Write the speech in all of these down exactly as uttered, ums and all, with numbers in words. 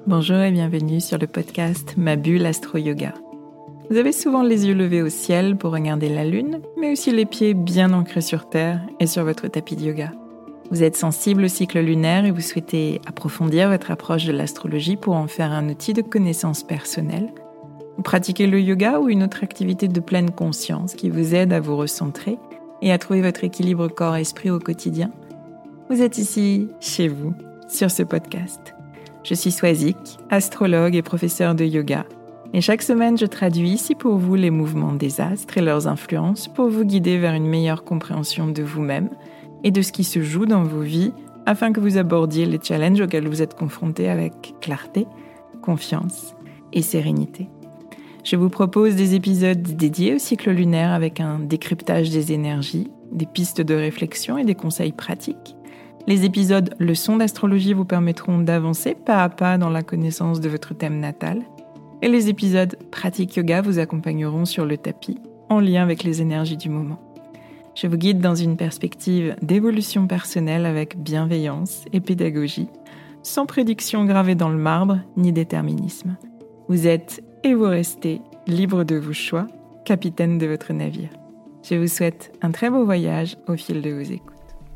Bonjour et bienvenue sur le podcast Ma Bulle Astro Yoga. Vous avez souvent les yeux levés au ciel pour regarder la lune, mais aussi les pieds bien ancrés sur terre et sur votre tapis de yoga. Vous êtes sensible au cycle lunaire et vous souhaitez approfondir votre approche de l'astrologie pour en faire un outil de connaissance personnelle. Vous pratiquez le yoga ou une autre activité de pleine conscience qui vous aide à vous recentrer et à trouver votre équilibre corps-esprit au quotidien. Vous êtes ici, chez vous, sur ce podcast. Je suis Swazik, astrologue et professeure de yoga. Et chaque semaine, je traduis ici pour vous les mouvements des astres et leurs influences pour vous guider vers une meilleure compréhension de vous-même et de ce qui se joue dans vos vies afin que vous abordiez les challenges auxquels vous êtes confrontés avec clarté, confiance et sérénité. Je vous propose des épisodes dédiés au cycle lunaire avec un décryptage des énergies, des pistes de réflexion et des conseils pratiques. Les épisodes leçons d'astrologie vous permettront d'avancer pas à pas dans la connaissance de votre thème natal. Et les épisodes pratique yoga vous accompagneront sur le tapis, en lien avec les énergies du moment. Je vous guide dans une perspective d'évolution personnelle avec bienveillance et pédagogie, sans prédiction gravée dans le marbre ni déterminisme. Vous êtes et vous restez libre de vos choix, capitaine de votre navire. Je vous souhaite un très beau voyage au fil de vos écoutes.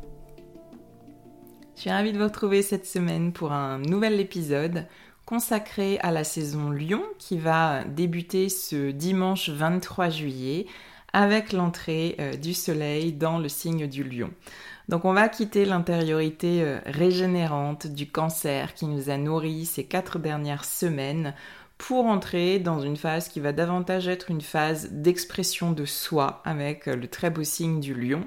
Je suis ravie de vous retrouver cette semaine pour un nouvel épisode consacré à la saison Lion qui va débuter ce dimanche vingt-trois juillet avec l'entrée euh, du soleil dans le signe du Lion. Donc on va quitter l'intériorité euh, régénérante du Cancer qui nous a nourris ces quatre dernières semaines pour entrer dans une phase qui va davantage être une phase d'expression de soi avec euh, le très beau signe du Lion.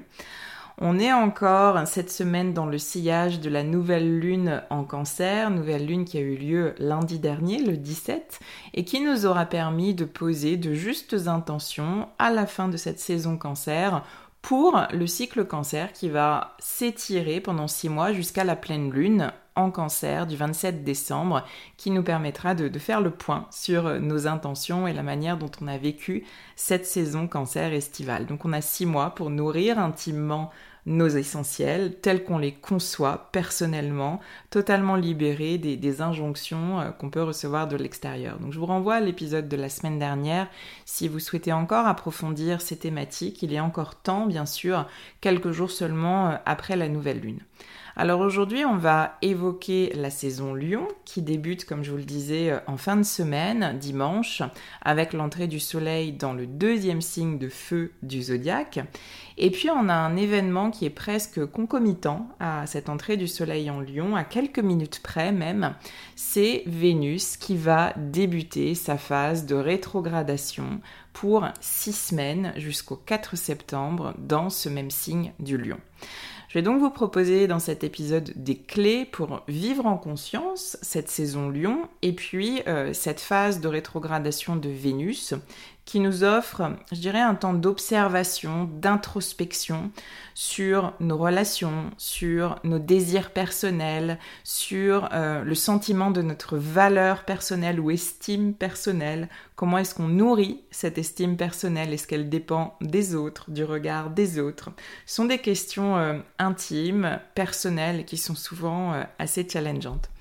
On est encore cette semaine dans le sillage de la nouvelle lune en Cancer, nouvelle lune qui a eu lieu lundi dernier, le dix-sept, et qui nous aura permis de poser de justes intentions à la fin de cette saison Cancer pour le cycle Cancer qui va s'étirer pendant six mois jusqu'à la pleine lune en Cancer du vingt-sept décembre, qui nous permettra de, de faire le point sur nos intentions et la manière dont on a vécu cette saison Cancer estivale. Donc on a six mois pour nourrir intimement nos essentiels, tels qu'on les conçoit personnellement, totalement libérés des, des injonctions euh, qu'on peut recevoir de l'extérieur. Donc je vous renvoie à l'épisode de la semaine dernière. Si vous souhaitez encore approfondir ces thématiques, il est encore temps, bien sûr, quelques jours seulement euh, après la nouvelle lune. Alors aujourd'hui, on va évoquer la saison Lion qui débute, comme je vous le disais, en fin de semaine, dimanche, avec l'entrée du soleil dans le deuxième signe de feu du zodiaque. Et puis on a un événement qui est presque concomitant à cette entrée du soleil en Lion, à quelques minutes près même, c'est Vénus qui va débuter sa phase de rétrogradation pour six semaines jusqu'au quatre septembre dans ce même signe du Lion. Je vais donc vous proposer dans cet épisode des clés pour vivre en conscience cette saison Lion et puis euh, cette phase de rétrogradation de Vénus qui nous offre, je dirais, un temps d'observation, d'introspection sur nos relations, sur nos désirs personnels, sur euh, le sentiment de notre valeur personnelle ou estime personnelle. Comment est-ce qu'on nourrit cette estime personnelle? Est-ce qu'elle dépend des autres, du regard des autres? Ce sont des questions euh, intimes, personnelles, qui sont souvent euh, assez challengeantes.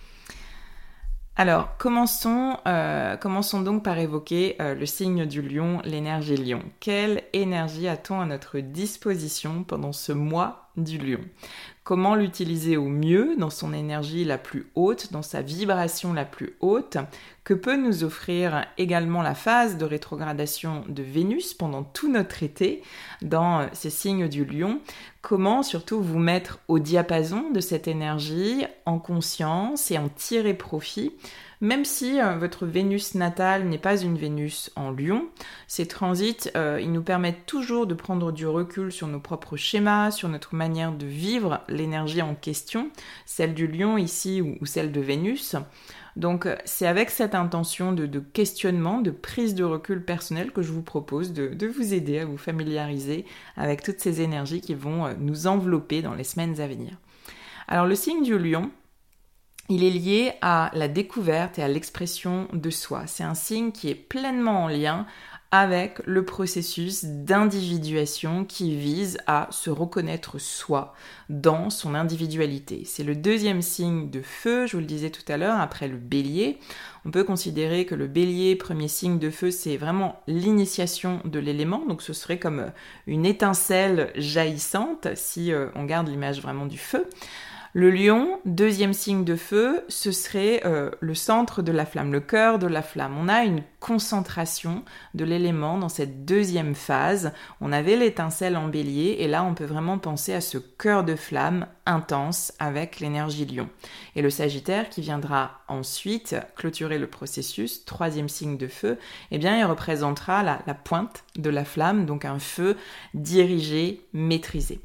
Alors, commençons, euh, commençons donc par évoquer euh, le signe du Lion, l'énergie Lion. Quelle énergie a-t-on à notre disposition pendant ce mois du Lion? Comment l'utiliser au mieux dans son énergie la plus haute, dans sa vibration la plus haute? Que peut nous offrir également la phase de rétrogradation de Vénus pendant tout notre été dans ces signes du Lion? Comment surtout vous mettre au diapason de cette énergie en conscience et en tirer profit? Même si euh, votre Vénus natale n'est pas une Vénus en Lion, ces transits, euh, ils nous permettent toujours de prendre du recul sur nos propres schémas, sur notre manière de vivre l'énergie en question, celle du Lion ici ou, ou celle de Vénus. Donc c'est avec cette intention de, de questionnement, de prise de recul personnel que je vous propose de, de vous aider à vous familiariser avec toutes ces énergies qui vont euh, nous envelopper dans les semaines à venir. Alors le signe du Lion, il est lié à la découverte et à l'expression de soi. C'est un signe qui est pleinement en lien avec le processus d'individuation qui vise à se reconnaître soi dans son individualité. C'est le deuxième signe de feu, je vous le disais tout à l'heure, après le bélier. On peut considérer que le bélier, premier signe de feu, c'est vraiment l'initiation de l'élément, donc ce serait comme une étincelle jaillissante si euh, on garde l'image vraiment du feu. Le lion, deuxième signe de feu, ce serait euh, le centre de la flamme, le cœur de la flamme. On a une concentration de l'élément dans cette deuxième phase. On avait l'étincelle en bélier et là on peut vraiment penser à ce cœur de flamme intense avec l'énergie lion. Et le sagittaire qui viendra ensuite clôturer le processus, troisième signe de feu, eh bien il représentera la, la pointe de la flamme, donc un feu dirigé, maîtrisé.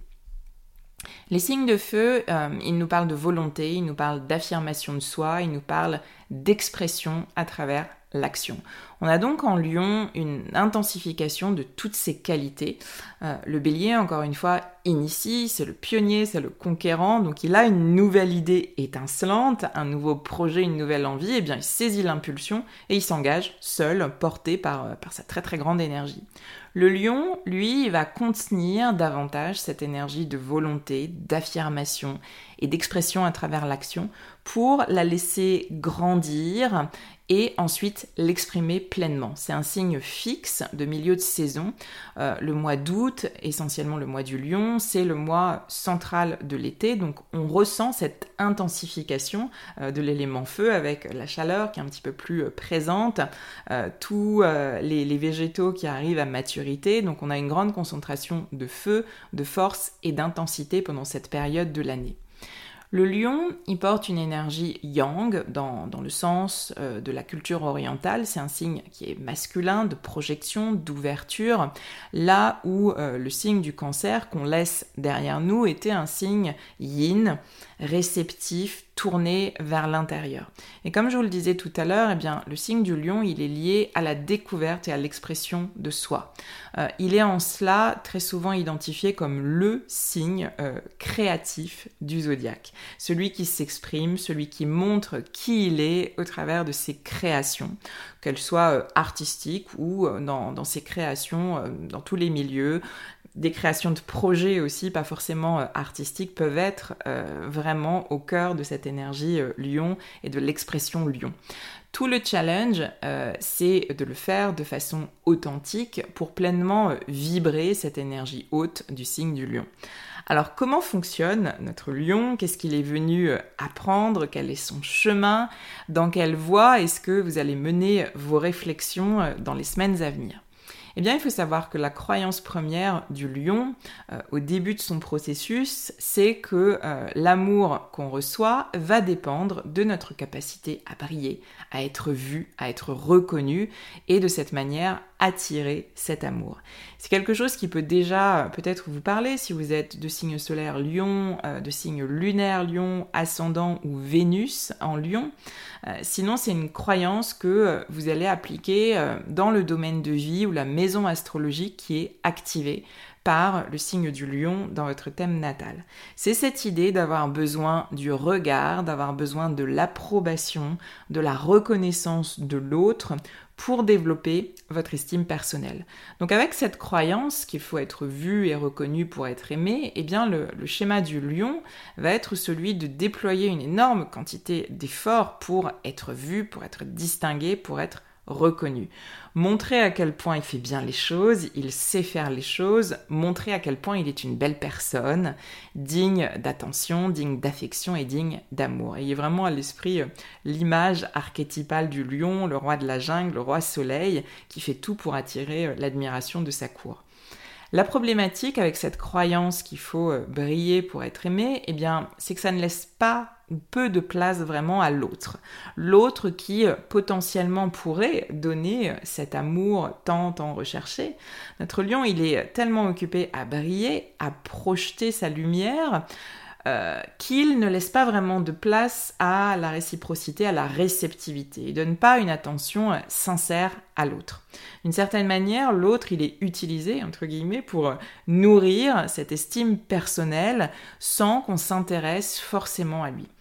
Les signes de feu, euh, ils nous parlent de volonté, ils nous parlent d'affirmation de soi, ils nous parlent d'expression à travers l'action. On a donc en lion une intensification de toutes ces qualités. Euh, le bélier, encore une fois, initie, c'est le pionnier, c'est le conquérant, donc il a une nouvelle idée étincelante, un nouveau projet, une nouvelle envie, et bien il saisit l'impulsion et il s'engage seul, porté par, par sa très très grande énergie. Le lion, lui, il va contenir davantage cette énergie de volonté, d'affirmation et d'expression à travers l'action pour la laisser grandir et ensuite l'exprimer pleinement. C'est un signe fixe de milieu de saison. Euh, le mois d'août, essentiellement le mois du lion, c'est le mois central de l'été, donc on ressent cette intensification euh, de l'élément feu avec la chaleur qui est un petit peu plus euh, présente, euh, tous euh, les, les végétaux qui arrivent à maturité, donc on a une grande concentration de feu, de force et d'intensité pendant cette période de l'année. Le lion, il porte une énergie yang dans, dans le sens euh, de la culture orientale. C'est un signe qui est masculin, de projection, d'ouverture, là où euh, le signe du cancer qu'on laisse derrière nous était un signe yin, réceptif, tourné vers l'intérieur. Et comme je vous le disais tout à l'heure, eh bien, le signe du lion, il est lié à la découverte et à l'expression de soi. Euh, il est en cela très souvent identifié comme le signe euh, créatif du zodiaque. Celui qui s'exprime, celui qui montre qui il est au travers de ses créations, qu'elles soient euh, artistiques ou euh, dans, dans ses créations euh, dans tous les milieux. Des créations de projets aussi, pas forcément euh, artistiques, peuvent être euh, vraiment au cœur de cette énergie euh, lion et de l'expression lion. Tout le challenge, euh, c'est de le faire de façon authentique pour pleinement euh, vibrer cette énergie haute du signe du lion. Alors comment fonctionne notre lion? Qu'est-ce qu'il est venu apprendre? Quel est son chemin? Dans quelle voie est-ce que vous allez mener vos réflexions dans les semaines à venir? Eh bien, il faut savoir que la croyance première du lion, euh, au début de son processus, c'est que euh, l'amour qu'on reçoit va dépendre de notre capacité à briller, à être vu, à être reconnu, et de cette manière attirer cet amour. C'est quelque chose qui peut déjà euh, peut-être vous parler si vous êtes de signe solaire lion, euh, de signe lunaire lion, ascendant ou Vénus en lion. Euh, sinon, c'est une croyance que euh, vous allez appliquer euh, dans le domaine de vie ou la maison astrologique qui est activée par le signe du lion dans votre thème natal. C'est cette idée d'avoir besoin du regard, d'avoir besoin de l'approbation, de la reconnaissance de l'autre pour développer votre estime personnelle. Donc avec cette croyance qu'il faut être vu et reconnu pour être aimé, eh bien le, le schéma du lion va être celui de déployer une énorme quantité d'efforts pour être vu, pour être distingué, pour être reconnu. Montrer à quel point il fait bien les choses, il sait faire les choses, montrer à quel point il est une belle personne, digne d'attention, digne d'affection et digne d'amour. Ayez vraiment à l'esprit euh, l'image archétypale du lion, le roi de la jungle, le roi soleil, qui fait tout pour attirer euh, l'admiration de sa cour. La problématique avec cette croyance qu'il faut euh, briller pour être aimé, eh bien, c'est que ça ne laisse pas ou peu de place vraiment à l'autre. L'autre qui euh, potentiellement pourrait donner euh, cet amour tant, tant recherché. Notre lion, il est tellement occupé à briller, à projeter sa lumière, Euh, qu'il ne laisse pas vraiment de place à la réciprocité, à la réceptivité. Il ne donne pas une attention sincère à l'autre. D'une certaine manière, l'autre, il est utilisé, entre guillemets, pour nourrir cette estime personnelle sans qu'on s'intéresse forcément à lui.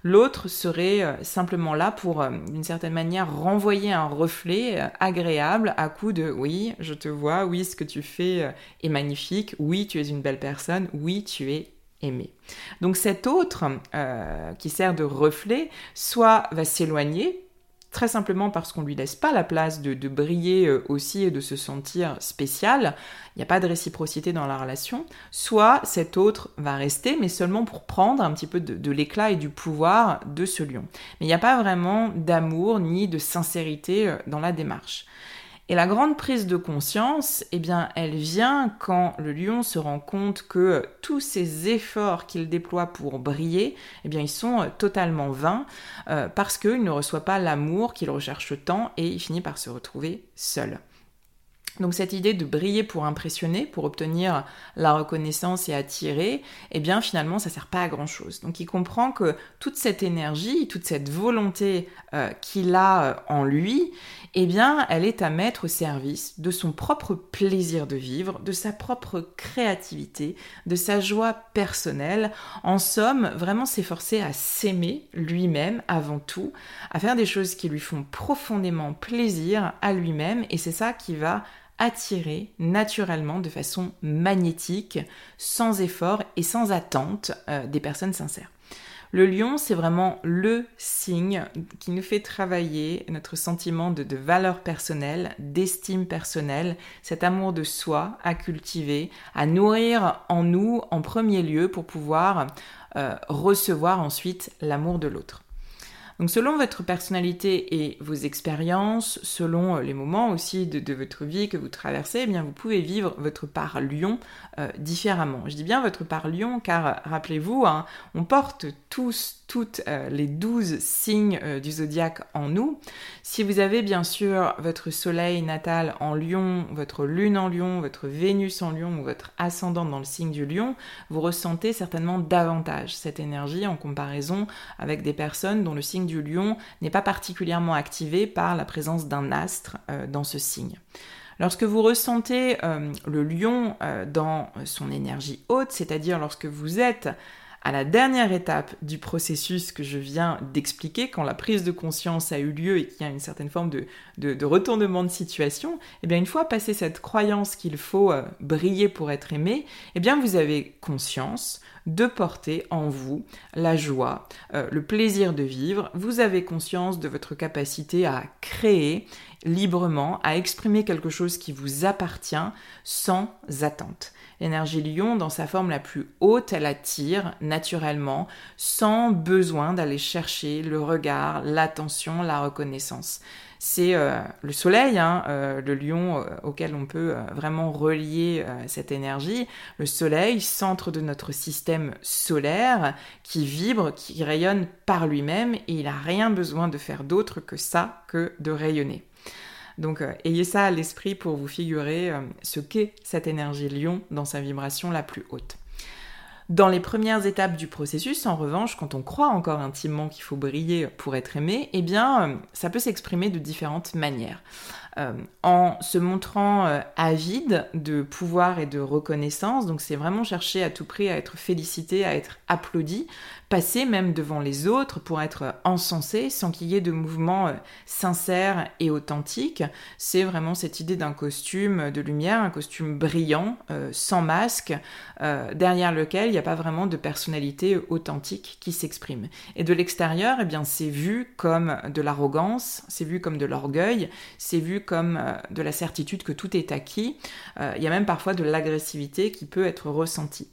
L'autre serait euh, simplement là pour, euh, d'une certaine manière, renvoyer un reflet euh, agréable à coup de « oui, je te vois, oui, ce que tu fais euh, est magnifique, oui, tu es une belle personne, oui, tu es aimé ». Donc cet autre, euh, qui sert de reflet, soit va s'éloigner, très simplement parce qu'on ne lui laisse pas la place de, de briller aussi et de se sentir spécial, il n'y a pas de réciprocité dans la relation, soit cet autre va rester, mais seulement pour prendre un petit peu de, de l'éclat et du pouvoir de ce lion. Mais il n'y a pas vraiment d'amour ni de sincérité dans la démarche. Et la grande prise de conscience, eh bien, elle vient quand le lion se rend compte que tous ces efforts qu'il déploie pour briller, eh bien, ils sont totalement vains euh, parce qu'il ne reçoit pas l'amour qu'il recherche tant et il finit par se retrouver seul. Donc cette idée de briller pour impressionner, pour obtenir la reconnaissance et attirer, eh bien finalement ça sert pas à grand chose. Donc il comprend que toute cette énergie, toute cette volonté euh, qu'il a euh, en lui, eh bien elle est à mettre au service de son propre plaisir de vivre, de sa propre créativité, de sa joie personnelle. En somme, vraiment s'efforcer à s'aimer lui-même avant tout, à faire des choses qui lui font profondément plaisir à lui-même, et c'est ça qui va attirer naturellement de façon magnétique, sans effort et sans attente euh, des personnes sincères. Le lion, c'est vraiment le signe qui nous fait travailler notre sentiment de, de valeur personnelle, d'estime personnelle, cet amour de soi à cultiver, à nourrir en nous en premier lieu pour pouvoir euh, recevoir ensuite l'amour de l'autre. Donc selon votre personnalité et vos expériences, selon les moments aussi de, de votre vie que vous traversez, eh bien vous pouvez vivre votre part lion euh, différemment. Je dis bien votre part lion car rappelez-vous, hein, on porte tous, toutes euh, les douze signes euh, du zodiaque en nous. Si vous avez bien sûr votre soleil natal en lion, votre lune en lion, votre Vénus en lion ou votre ascendant dans le signe du lion, vous ressentez certainement davantage cette énergie en comparaison avec des personnes dont le signe du lion n'est pas particulièrement activé par la présence d'un astre euh, dans ce signe. Lorsque vous ressentez euh, le lion euh, dans son énergie haute, c'est-à-dire lorsque vous êtes à la dernière étape du processus que je viens d'expliquer, quand la prise de conscience a eu lieu et qu'il y a une certaine forme de, de, de retournement de situation, eh bien une fois passé cette croyance qu'il faut euh, briller pour être aimé, eh bien vous avez conscience de porter en vous la joie, euh, le plaisir de vivre. Vous avez conscience de votre capacité à créer librement, à exprimer quelque chose qui vous appartient sans attente. L'énergie lion, dans sa forme la plus haute, elle attire naturellement, sans besoin d'aller chercher le regard, l'attention, la reconnaissance. C'est euh, le soleil, hein, euh, le lion euh, auquel on peut euh, vraiment relier euh, cette énergie. Le soleil, centre de notre système solaire, qui vibre, qui rayonne par lui-même, et il n'a rien besoin de faire d'autre que ça, que de rayonner. Donc euh, ayez ça à l'esprit pour vous figurer euh, ce qu'est cette énergie lion dans sa vibration la plus haute. Dans les premières étapes du processus, en revanche, quand on croit encore intimement qu'il faut briller pour être aimé, eh bien, euh, ça peut s'exprimer de différentes manières. Euh, en se montrant euh, avide de pouvoir et de reconnaissance, donc c'est vraiment chercher à tout prix à être félicité, à être applaudi, passer même devant les autres pour être encensé sans qu'il y ait de mouvement euh, sincère et authentique. C'est vraiment cette idée d'un costume de lumière, un costume brillant, euh, sans masque, euh, derrière lequel il n'y a pas vraiment de personnalité authentique qui s'exprime. Et de l'extérieur, eh bien, c'est vu comme de l'arrogance, c'est vu comme de l'orgueil, c'est vu comme euh, de la certitude que tout est acquis. Euh, il y a même parfois de l'agressivité qui peut être ressentie.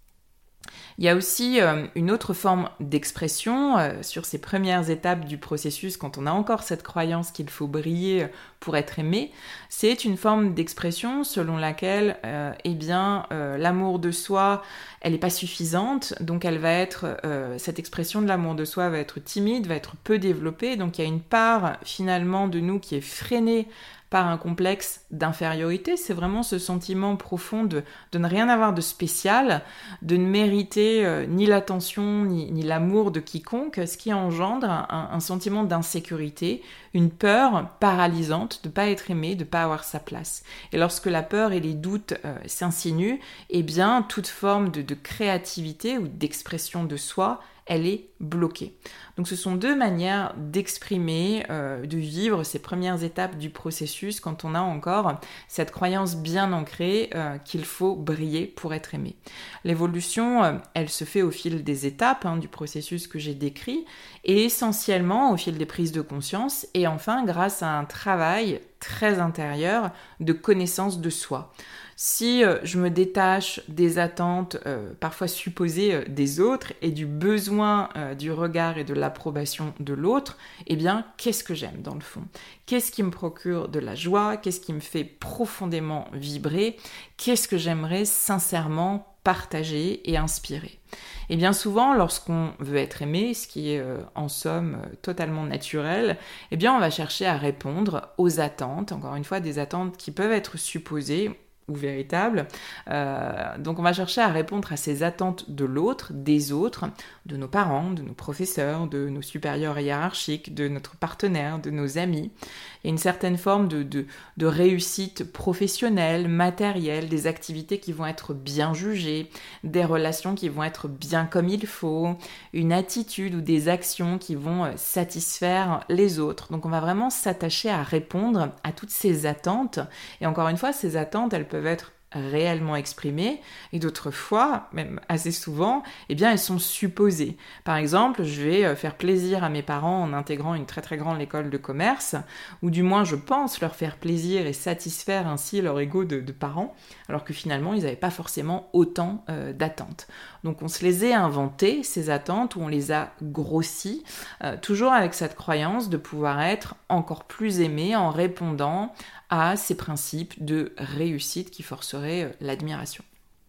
Il y a aussi euh, une autre forme d'expression euh, sur ces premières étapes du processus, quand on a encore cette croyance qu'il faut briller pour être aimé. C'est une forme d'expression selon laquelle euh, eh bien, euh, l'amour de soi, elle n'est pas suffisante, donc elle va être, euh, cette expression de l'amour de soi va être timide, va être peu développée, donc il y a une part finalement de nous qui est freinée par un complexe d'infériorité. C'est vraiment ce sentiment profond de, de ne rien avoir de spécial, de ne mériter euh, ni l'attention ni, ni l'amour de quiconque, ce qui engendre un, un sentiment d'insécurité, une peur paralysante de ne pas être aimé, de ne pas avoir sa place. Et lorsque la peur et les doutes euh, s'insinuent, eh bien toute forme de, de créativité ou d'expression de soi elle est bloquée. Donc ce sont deux manières d'exprimer, euh, de vivre ces premières étapes du processus quand on a encore cette croyance bien ancrée euh, qu'il faut briller pour être aimé. L'évolution, euh, elle se fait au fil des étapes hein, du processus que j'ai décrit et essentiellement au fil des prises de conscience et enfin grâce à un travail très intérieur de connaissance de soi. Si euh, je me détache des attentes euh, parfois supposées euh, des autres et du besoin euh, du regard et de l'approbation de l'autre, eh bien, qu'est-ce que j'aime dans le fond ? Qu'est-ce qui me procure de la joie ? Qu'est-ce qui me fait profondément vibrer ? Qu'est-ce que j'aimerais sincèrement partager et inspirer ? Et bien souvent, lorsqu'on veut être aimé, ce qui est euh, en somme euh, totalement naturel, eh bien on va chercher à répondre aux attentes, encore une fois des attentes qui peuvent être supposées ou véritable. Euh, donc on va chercher à répondre à ces attentes de l'autre, des autres, de nos parents, de nos professeurs, de nos supérieurs hiérarchiques, de notre partenaire, de nos amis. Il y a une certaine forme de, de, de réussite professionnelle, matérielle, des activités qui vont être bien jugées, des relations qui vont être bien comme il faut, une attitude ou des actions qui vont satisfaire les autres. Donc on va vraiment s'attacher à répondre à toutes ces attentes. Et encore une fois, ces attentes, elles peuvent peuvent être réellement exprimées et d'autres fois, même assez souvent, eh bien elles sont supposées. Par exemple, je vais faire plaisir à mes parents en intégrant une très très grande école de commerce, ou du moins je pense leur faire plaisir et satisfaire ainsi leur ego de, de parents, alors que finalement ils n'avaient pas forcément autant euh, d'attentes. Donc on se les a inventées, ces attentes, ou on les a grossies, euh, toujours avec cette croyance de pouvoir être encore plus aimé en répondant à ces principes de réussite qui forceraient l'admiration.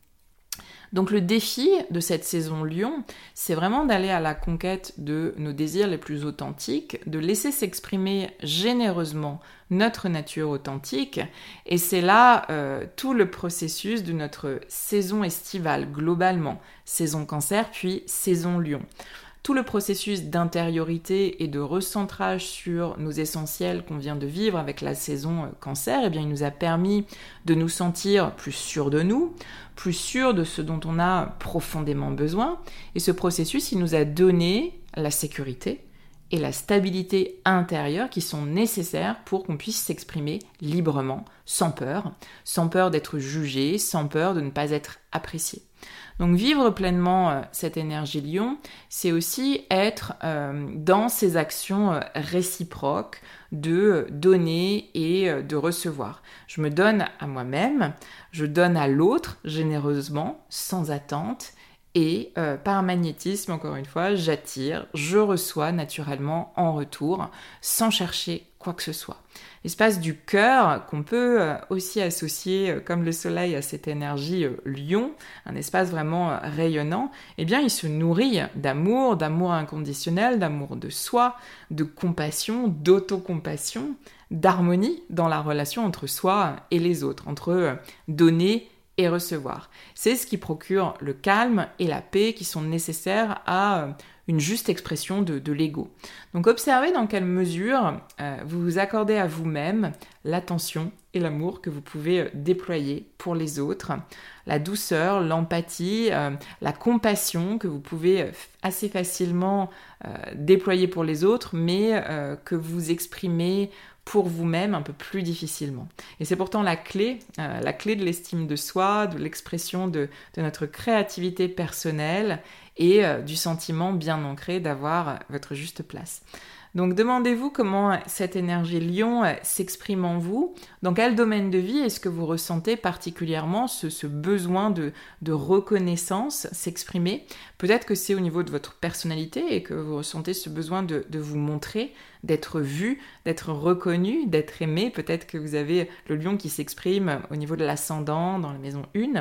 Donc le défi de cette saison Lion, c'est vraiment d'aller à la conquête de nos désirs les plus authentiques, de laisser s'exprimer généreusement notre nature authentique, et c'est là euh, tout le processus de notre saison estivale globalement, saison Cancer puis saison Lion. Tout le processus d'intériorité et de recentrage sur nos essentiels qu'on vient de vivre avec la saison Cancer, eh bien, il nous a permis de nous sentir plus sûrs de nous, plus sûrs de ce dont on a profondément besoin. Et ce processus, il nous a donné la sécurité et la stabilité intérieure qui sont nécessaires pour qu'on puisse s'exprimer librement, sans peur, sans peur d'être jugé, sans peur de ne pas être apprécié. Donc vivre pleinement euh, cette énergie Lion, c'est aussi être euh, dans ces actions euh, réciproques de donner et euh, de recevoir. Je me donne à moi-même, je donne à l'autre généreusement, sans attente, et euh, par magnétisme, encore une fois, j'attire, je reçois naturellement en retour, sans chercher quoi que ce soit. L'espace du cœur, qu'on peut euh, aussi associer, euh, comme le soleil, à cette énergie euh, lion, un espace vraiment euh, rayonnant, eh bien il se nourrit d'amour, d'amour inconditionnel, d'amour de soi, de compassion, d'autocompassion, d'harmonie dans la relation entre soi et les autres, entre euh, donner et recevoir. C'est ce qui procure le calme et la paix qui sont nécessaires à une juste expression de, de l'ego. Donc observez dans quelle mesure euh, vous vous accordez à vous-même l'attention et l'amour que vous pouvez déployer pour les autres, la douceur, l'empathie, euh, la compassion que vous pouvez assez facilement euh, déployer pour les autres, mais euh, que vous exprimez pour vous-même un peu plus difficilement. Et c'est pourtant la clé, euh, la clé de l'estime de soi, de l'expression de, de notre créativité personnelle et euh, du sentiment bien ancré d'avoir euh, votre juste place. Donc demandez-vous comment cette énergie lion euh, s'exprime en vous, dans quel domaine de vie est-ce que vous ressentez particulièrement ce, ce besoin de, de reconnaissance s'exprimer. Peut-être que c'est au niveau de votre personnalité et que vous ressentez ce besoin de, de vous montrer, d'être vu, d'être reconnu, d'être aimé. Peut-être que vous avez le lion qui s'exprime au niveau de l'ascendant dans la maison un.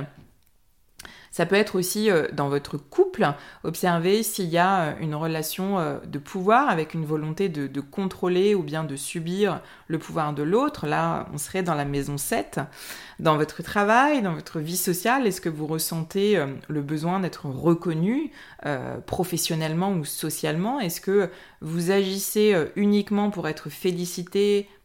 Ça peut être aussi euh, dans votre couple, observez s'il y a euh, une relation euh, de pouvoir avec une volonté de, de contrôler ou bien de subir le pouvoir de l'autre. Là, on serait dans la maison sept. Dans votre travail, dans votre vie sociale, est-ce que vous ressentez euh, le besoin d'être reconnu euh, professionnellement ou socialement ? Est-ce que vous agissez euh, uniquement pour être félicité,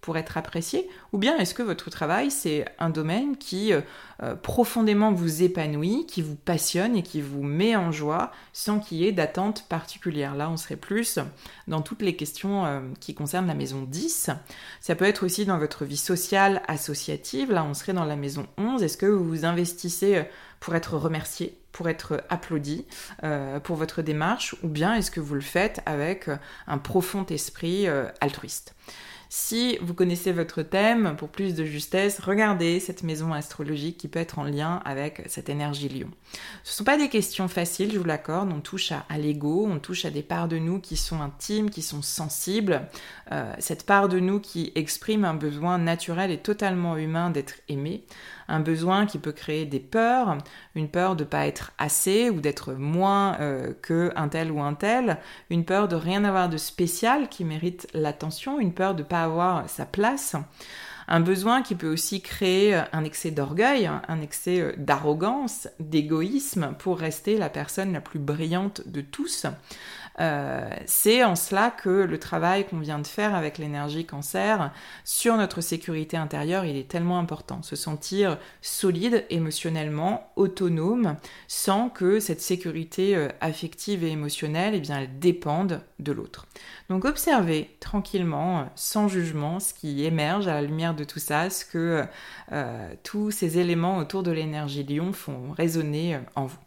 pour être apprécié? Ou bien est-ce que votre travail, c'est un domaine qui euh, euh, profondément vous épanouit, qui vous passionne et qui vous met en joie sans qu'il y ait d'attente particulière? Là, on serait plus dans toutes les questions euh, qui concernent la maison dix. Ça peut être aussi dans votre vie sociale, associative. Là, on serait dans la maison onze. Est-ce que vous vous investissez pour être remercié, pour être applaudi euh, pour votre démarche, ou bien est-ce que vous le faites avec un profond esprit euh, altruiste? Si vous connaissez votre thème, pour plus de justesse, regardez cette maison astrologique qui peut être en lien avec cette énergie lion. Ce ne sont pas des questions faciles, je vous l'accorde, on touche à, à l'ego, on touche à des parts de nous qui sont intimes, qui sont sensibles, euh, cette part de nous qui exprime un besoin naturel et totalement humain d'être aimé, un besoin qui peut créer des peurs, une peur de ne pas être assez ou d'être moins euh, qu'un tel ou un tel, une peur de rien avoir de spécial qui mérite l'attention, une peur de ne pas avoir sa place, un besoin qui peut aussi créer un excès d'orgueil, un excès d'arrogance, d'égoïsme pour rester la personne la plus brillante de tous. Euh, c'est en cela que le travail qu'on vient de faire avec l'énergie cancer sur notre sécurité intérieure, il est tellement important. Se sentir solide émotionnellement, autonome, sans que cette sécurité euh, affective et émotionnelle, eh bien, elle dépende de l'autre. Donc observez tranquillement, sans jugement, ce qui émerge à la lumière de tout ça, ce que euh, tous ces éléments autour de l'énergie lion font résonner euh, en vous.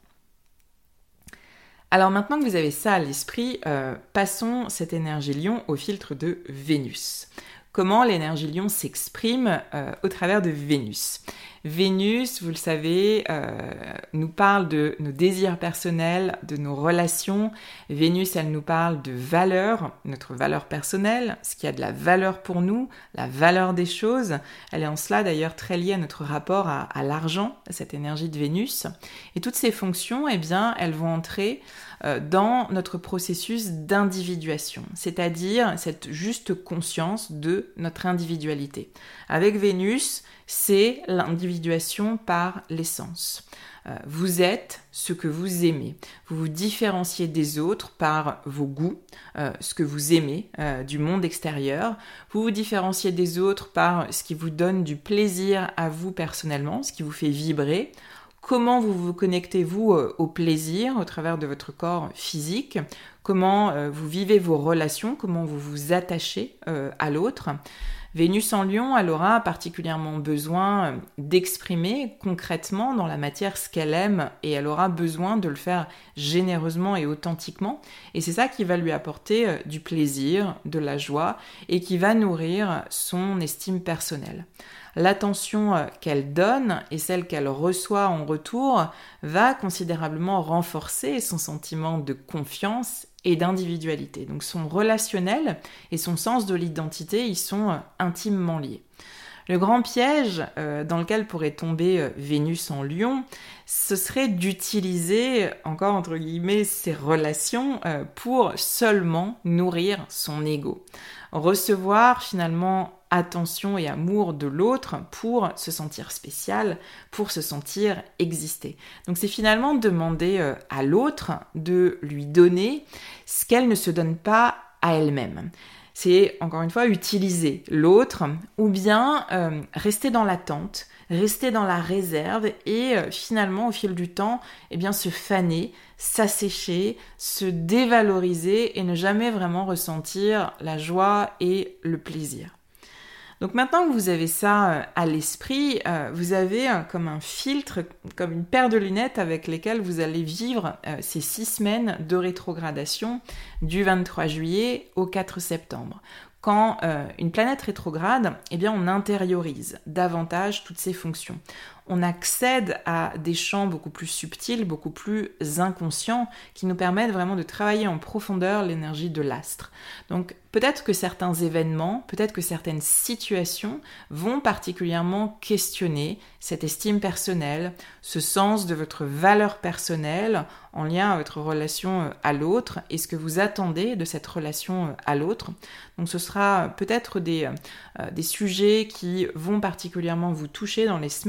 Alors maintenant que vous avez ça à l'esprit, euh, passons cette énergie lion au filtre de Vénus. Comment l'énergie lion s'exprime euh, au travers de Vénus? Vénus, vous le savez, euh, nous parle de nos désirs personnels, de nos relations. Vénus, elle nous parle de valeur, notre valeur personnelle, ce qui a de la valeur pour nous, la valeur des choses. Elle est en cela d'ailleurs très liée à notre rapport à, à l'argent, à cette énergie de Vénus. Et toutes ces fonctions, eh bien, elles vont entrer euh, dans notre processus d'individuation, c'est-à-dire cette juste conscience de notre individualité. Avec Vénus, c'est l'individuation par l'essence. Euh, vous êtes ce que vous aimez. Vous vous différenciez des autres par vos goûts, euh, ce que vous aimez euh, du monde extérieur. Vous vous différenciez des autres par ce qui vous donne du plaisir à vous personnellement, ce qui vous fait vibrer. Comment vous vous connectez, vous, euh, au plaisir au travers de votre corps physique? Comment euh, vous vivez vos relations? Comment vous vous attachez euh, à l'autre? Vénus en Lion, elle aura particulièrement besoin d'exprimer concrètement dans la matière ce qu'elle aime et elle aura besoin de le faire généreusement et authentiquement. Et c'est ça qui va lui apporter du plaisir, de la joie et qui va nourrir son estime personnelle. L'attention qu'elle donne et celle qu'elle reçoit en retour va considérablement renforcer son sentiment de confiance et d'individualité. Donc son relationnel et son sens de l'identité, ils sont intimement liés. Le grand piège euh, dans lequel pourrait tomber euh, Vénus en Lion, ce serait d'utiliser, encore entre guillemets, ses relations euh, pour seulement nourrir son ego. Recevoir finalement attention et amour de l'autre pour se sentir spécial, pour se sentir exister. Donc c'est finalement demander euh, à l'autre de lui donner ce qu'elle ne se donne pas à elle-même. C'est, encore une fois, utiliser l'autre ou bien euh, rester dans l'attente, rester dans la réserve et euh, finalement, au fil du temps, eh bien, se faner, s'assécher, se dévaloriser et ne jamais vraiment ressentir la joie et le plaisir. Donc maintenant que vous avez ça à l'esprit, euh, vous avez euh, comme un filtre, comme une paire de lunettes avec lesquelles vous allez vivre euh, ces six semaines de rétrogradation du vingt-trois juillet au quatre septembre. Quand euh, une planète rétrograde, eh bien on intériorise davantage toutes ces fonctions. On accède à des champs beaucoup plus subtils, beaucoup plus inconscients, qui nous permettent vraiment de travailler en profondeur l'énergie de l'astre. Donc peut-être que certains événements, peut-être que certaines situations vont particulièrement questionner cette estime personnelle, ce sens de votre valeur personnelle en lien à votre relation à l'autre et ce que vous attendez de cette relation à l'autre. Donc ce sera peut-être des, euh, des sujets qui vont particulièrement vous toucher dans les semaines à venir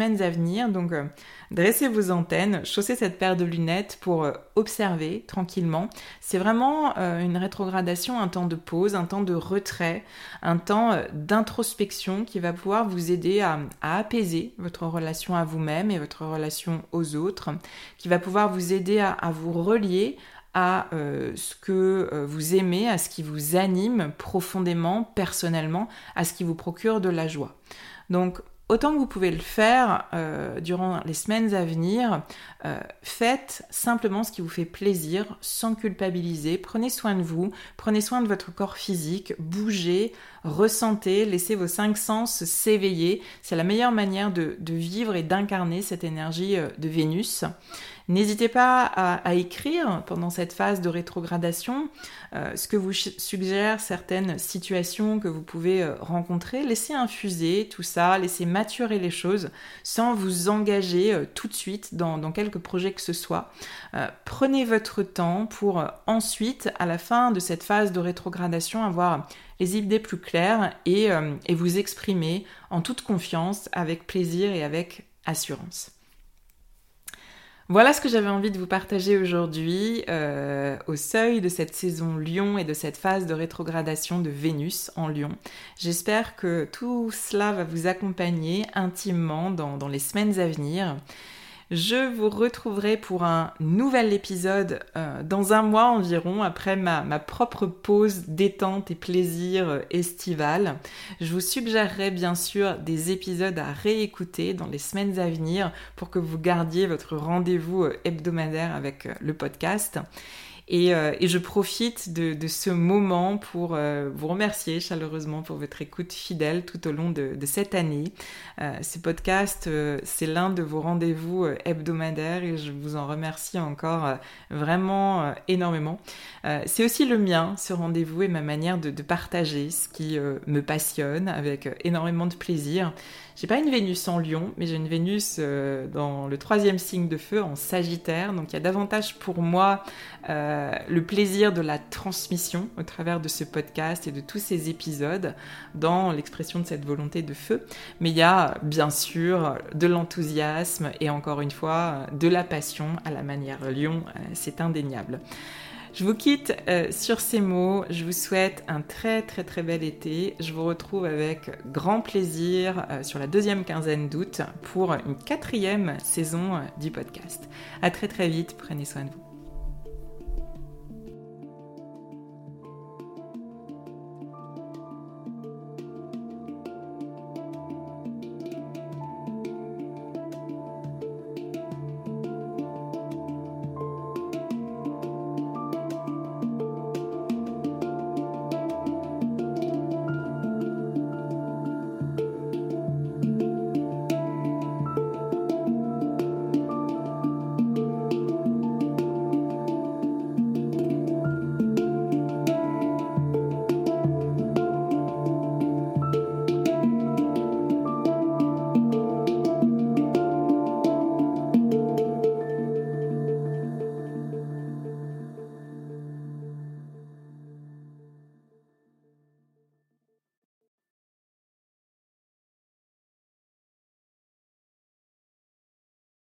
venir. Donc, euh, dressez vos antennes, chaussez cette paire de lunettes pour euh, observer tranquillement. C'est vraiment euh, une rétrogradation, un temps de pause, un temps de retrait, un temps euh, d'introspection qui va pouvoir vous aider à, à apaiser votre relation à vous-même et votre relation aux autres, qui va pouvoir vous aider à, à vous relier à euh, ce que euh, vous aimez, à ce qui vous anime profondément, personnellement, à ce qui vous procure de la joie. Donc, autant que vous pouvez le faire euh, durant les semaines à venir, euh, faites simplement ce qui vous fait plaisir, sans culpabiliser. Prenez soin de vous, prenez soin de votre corps physique, bougez, ressentez, laissez vos cinq sens s'éveiller. C'est la meilleure manière de, de vivre et d'incarner cette énergie euh, de Vénus. N'hésitez pas à, à écrire pendant cette phase de rétrogradation euh, ce que vous ch- suggèrent certaines situations que vous pouvez euh, rencontrer. Laissez infuser tout ça, laissez maturer les choses sans vous engager euh, tout de suite dans, dans quelque projet que ce soit. Euh, prenez votre temps pour euh, ensuite, à la fin de cette phase de rétrogradation, avoir les idées plus claires et, euh, et vous exprimer en toute confiance, avec plaisir et avec assurance. Voilà ce que j'avais envie de vous partager aujourd'hui euh, au seuil de cette saison Lion et de cette phase de rétrogradation de Vénus en Lion. J'espère que tout cela va vous accompagner intimement dans, dans les semaines à venir. Je vous retrouverai pour un nouvel épisode euh, dans un mois environ, après ma, ma propre pause détente et plaisir euh, estival. Je vous suggérerai bien sûr des épisodes à réécouter dans les semaines à venir pour que vous gardiez votre rendez-vous euh, hebdomadaire avec euh, le podcast. Et, euh, et je profite de, de ce moment pour euh, vous remercier chaleureusement pour votre écoute fidèle tout au long de, de cette année. Euh, ce podcast, euh, c'est l'un de vos rendez-vous euh, hebdomadaires et je vous en remercie encore euh, vraiment euh, énormément. Euh, c'est aussi le mien, ce rendez-vous, et ma manière de, de partager ce qui euh, me passionne avec euh, énormément de plaisir. J'ai pas une Vénus en Lion, mais j'ai une Vénus euh, dans le troisième signe de feu, en Sagittaire. Donc il y a davantage pour moi euh, le plaisir de la transmission au travers de ce podcast et de tous ces épisodes dans l'expression de cette volonté de feu. Mais il y a bien sûr de l'enthousiasme et encore une fois de la passion à la manière Lion, euh, c'est indéniable. Je vous quitte euh, sur ces mots, je vous souhaite un très très très bel été. Je vous retrouve avec grand plaisir euh, sur la deuxième quinzaine d'août pour une quatrième saison euh, du podcast. À très très vite, prenez soin de vous.